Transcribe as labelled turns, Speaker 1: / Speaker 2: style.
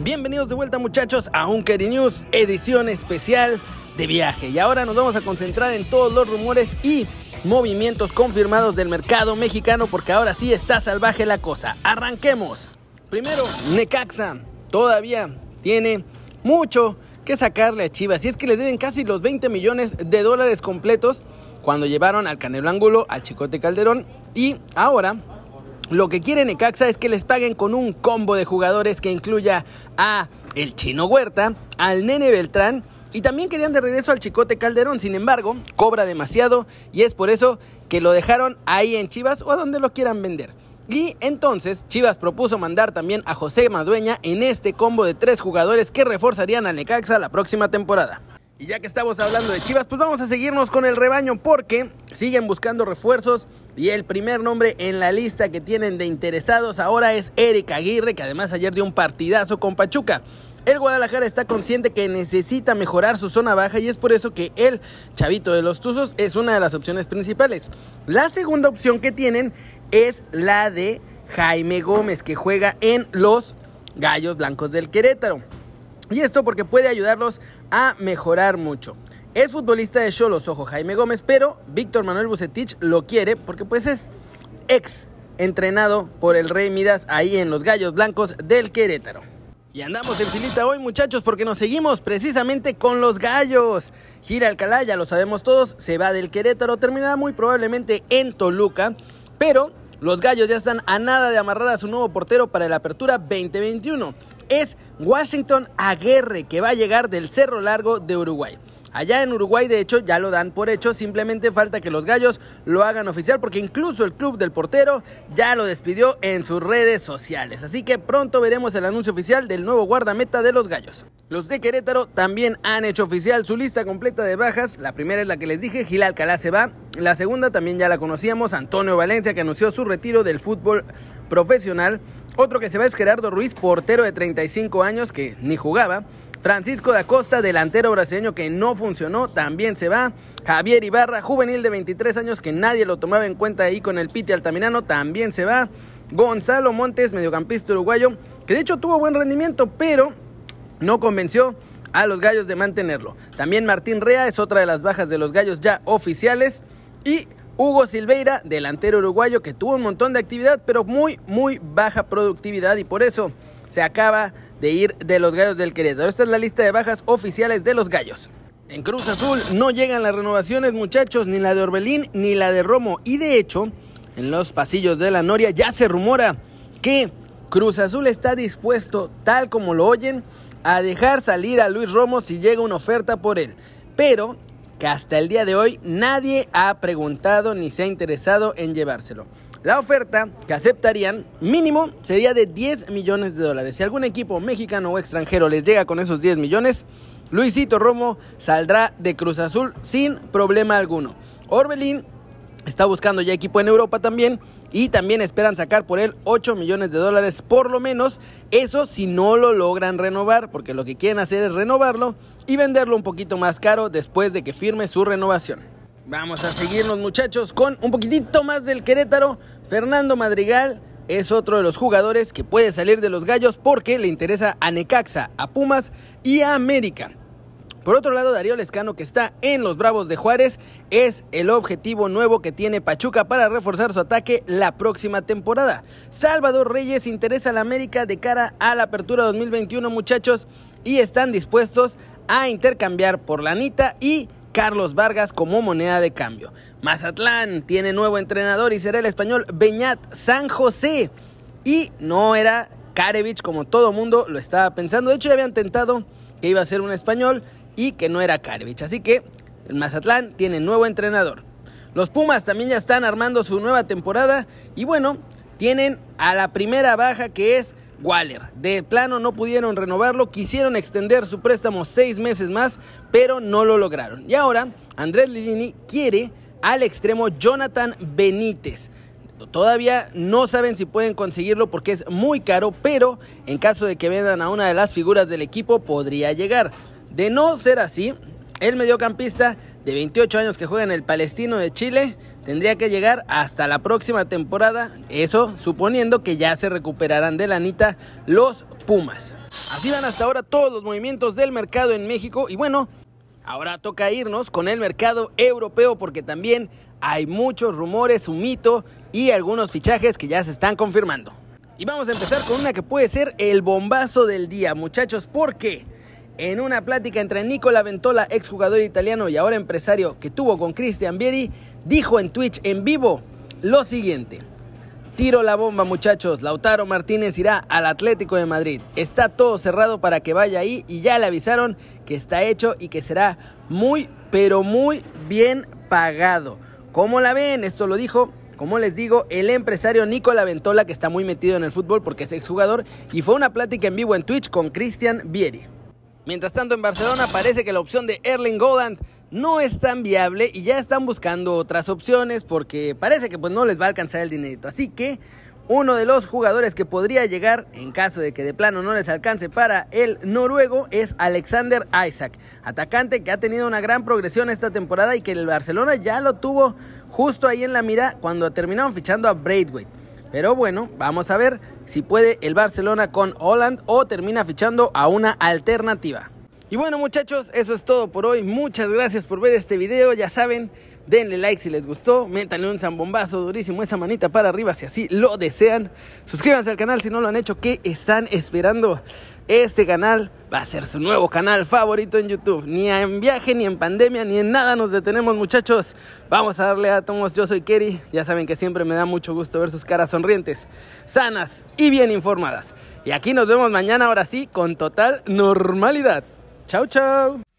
Speaker 1: Bienvenidos de vuelta, muchachos, a Uncari News, edición especial de viaje. Y ahora nos vamos a concentrar en todos los rumores y movimientos confirmados del mercado mexicano, porque ahora sí está salvaje la cosa. Arranquemos. Primero, Necaxa todavía tiene mucho que sacarle a Chivas, y es que le deben casi los 20 millones de dólares completos cuando llevaron al Canelo Angulo, al Chicote Calderón, y ahora lo que quiere Necaxa es que les paguen con un combo de jugadores que incluya a el Chino Huerta, al Nene Beltrán, y también querían de regreso al Chicote Calderón. Sin embargo, cobra demasiado y es por eso que lo dejaron ahí en Chivas o a donde lo quieran vender. Y entonces Chivas propuso mandar también a José Madueña en este combo de 3 jugadores que reforzarían a Necaxa la próxima temporada. Y ya que estamos hablando de Chivas, pues vamos a seguirnos con el rebaño, porque siguen buscando refuerzos y el primer nombre en la lista que tienen de interesados ahora es Eric Aguirre, que además ayer dio un partidazo con Pachuca. El Guadalajara está consciente que necesita mejorar su zona baja y es por eso que el chavito de los Tuzos es una de las opciones principales. La segunda opción que tienen es la de Jaime Gómez, que juega en los Gallos Blancos del Querétaro. Y esto porque puede ayudarlos a mejorar mucho. Es futbolista de Xolos, ojo, Jaime Gómez, pero Víctor Manuel Vucetich lo quiere porque pues es ex entrenado por el Rey Midas ahí en los Gallos Blancos del Querétaro. Y andamos en filita hoy, muchachos, porque nos seguimos precisamente con los Gallos. Gil Alcalá, ya lo sabemos todos, se va del Querétaro, terminará muy probablemente en Toluca, pero los Gallos ya están a nada de amarrar a su nuevo portero para la Apertura 2021. Es Washington Aguirre, que va a llegar del Cerro Largo de Uruguay. Allá en Uruguay, de hecho, ya lo dan por hecho, simplemente falta que los Gallos lo hagan oficial, porque incluso el club del portero ya lo despidió en sus redes sociales. Así que pronto veremos el anuncio oficial del nuevo guardameta de los Gallos. Los de Querétaro también han hecho oficial su lista completa de bajas. La primera es la que les dije, Gil Alcalá se va. La segunda también ya la conocíamos, Antonio Valencia, que anunció su retiro del fútbol profesional. Otro que se va es Gerardo Ruiz, portero de 35 años que ni jugaba. Francisco da Costa, delantero brasileño que no funcionó, también se va. Javier Ibarra, juvenil de 23 años que nadie lo tomaba en cuenta ahí con el Piti Altamirano, también se va. Gonzalo Montes, mediocampista uruguayo, que de hecho tuvo buen rendimiento, pero no convenció a los Gallos de mantenerlo. También Martín Rea es otra de las bajas de los Gallos ya oficiales. Y Hugo Silveira, delantero uruguayo que tuvo un montón de actividad, pero muy baja productividad, y por eso se acaba de ir de los Gallos del Querétaro. Esta es la lista de bajas oficiales de los Gallos. En Cruz Azul no llegan las renovaciones, muchachos, ni la de Orbelín ni la de Romo. Y de hecho, en los pasillos de la Noria ya se rumora que Cruz Azul está dispuesto, tal como lo oyen, a dejar salir a Luis Romo si llega una oferta por él. Pero que hasta el día de hoy nadie ha preguntado ni se ha interesado en llevárselo. La oferta que aceptarían mínimo sería de 10 millones de dólares. Si algún equipo mexicano o extranjero les llega con esos 10 millones, Luisito Romo saldrá de Cruz Azul sin problema alguno. Orbelín está buscando ya equipo en Europa también, y también esperan sacar por él 8 millones de dólares por lo menos. Eso si no lo logran renovar, porque lo que quieren hacer es renovarlo y venderlo un poquito más caro después de que firme su renovación. Vamos a seguirnos, muchachos, con un poquitito más del Querétaro. Fernando Madrigal es otro de los jugadores que puede salir de los Gallos porque le interesa a Necaxa, a Pumas y a América. Por otro lado, Darío Lescano, que está en los Bravos de Juárez, es el objetivo nuevo que tiene Pachuca para reforzar su ataque la próxima temporada. Salvador Reyes interesa a la América de cara a la Apertura 2021, muchachos, y están dispuestos a intercambiar por Lanita y Carlos Vargas como moneda de cambio. Mazatlán tiene nuevo entrenador y será el español Beñat San José. Y no era Karevich como todo mundo lo estaba pensando. De hecho, ya habían tentado que iba a ser un español y que no era Karevich. Así que el Mazatlán tiene nuevo entrenador. Los Pumas también ya están armando su nueva temporada. Y bueno, tienen a la primera baja, que es Waller. De plano no pudieron renovarlo, quisieron extender su préstamo 6 meses más, pero no lo lograron. Y ahora Andrés Lilini quiere al extremo Jonathan Benítez. Todavía no saben si pueden conseguirlo porque es muy caro, pero en caso de que vendan a una de las figuras del equipo podría llegar. De no ser así, el mediocampista de 28 años que juega en el Palestino de Chile tendría que llegar hasta la próxima temporada, eso suponiendo que ya se recuperarán de lanita los Pumas. Así van hasta ahora todos los movimientos del mercado en México y bueno, ahora toca irnos con el mercado europeo porque también hay muchos rumores, un mito y algunos fichajes que ya se están confirmando. Y vamos a empezar con una que puede ser el bombazo del día, muchachos, porque en una plática entre Nicola Ventola, exjugador italiano y ahora empresario que tuvo con Cristian Vieri, dijo en Twitch en vivo lo siguiente: tiro la bomba, muchachos, Lautaro Martínez irá al Atlético de Madrid, está todo cerrado para que vaya ahí y ya le avisaron que está hecho y que será muy, pero muy bien pagado. ¿Cómo la ven? Esto lo dijo, como les digo, el empresario Nicola Ventola, que está muy metido en el fútbol porque es exjugador, y fue una plática en vivo en Twitch con Cristian Vieri. Mientras tanto, en Barcelona parece que la opción de Erling Haaland no es tan viable y ya están buscando otras opciones porque parece que pues no les va a alcanzar el dinerito. Así que uno de los jugadores que podría llegar, en caso de que de plano no les alcance para el noruego, es Alexander Isak, atacante que ha tenido una gran progresión esta temporada y que el Barcelona ya lo tuvo justo ahí en la mira cuando terminaron fichando a Braithwaite. Pero bueno, vamos a ver si puede el Barcelona con Haaland o termina fichando a una alternativa. Y bueno, muchachos, eso es todo por hoy. Muchas gracias por ver este video. Ya saben, denle like si les gustó, métanle un zambombazo durísimo, esa manita para arriba si así lo desean. Suscríbanse al canal si no lo han hecho. ¿Qué están esperando? Este canal va a ser su nuevo canal favorito en YouTube. Ni en viaje, ni en pandemia, ni en nada nos detenemos, muchachos. Vamos a darle átomos. Yo soy Kerry. Ya saben que siempre me da mucho gusto ver sus caras sonrientes, sanas y bien informadas. Y aquí nos vemos mañana, ahora sí, con total normalidad. Chau, chau.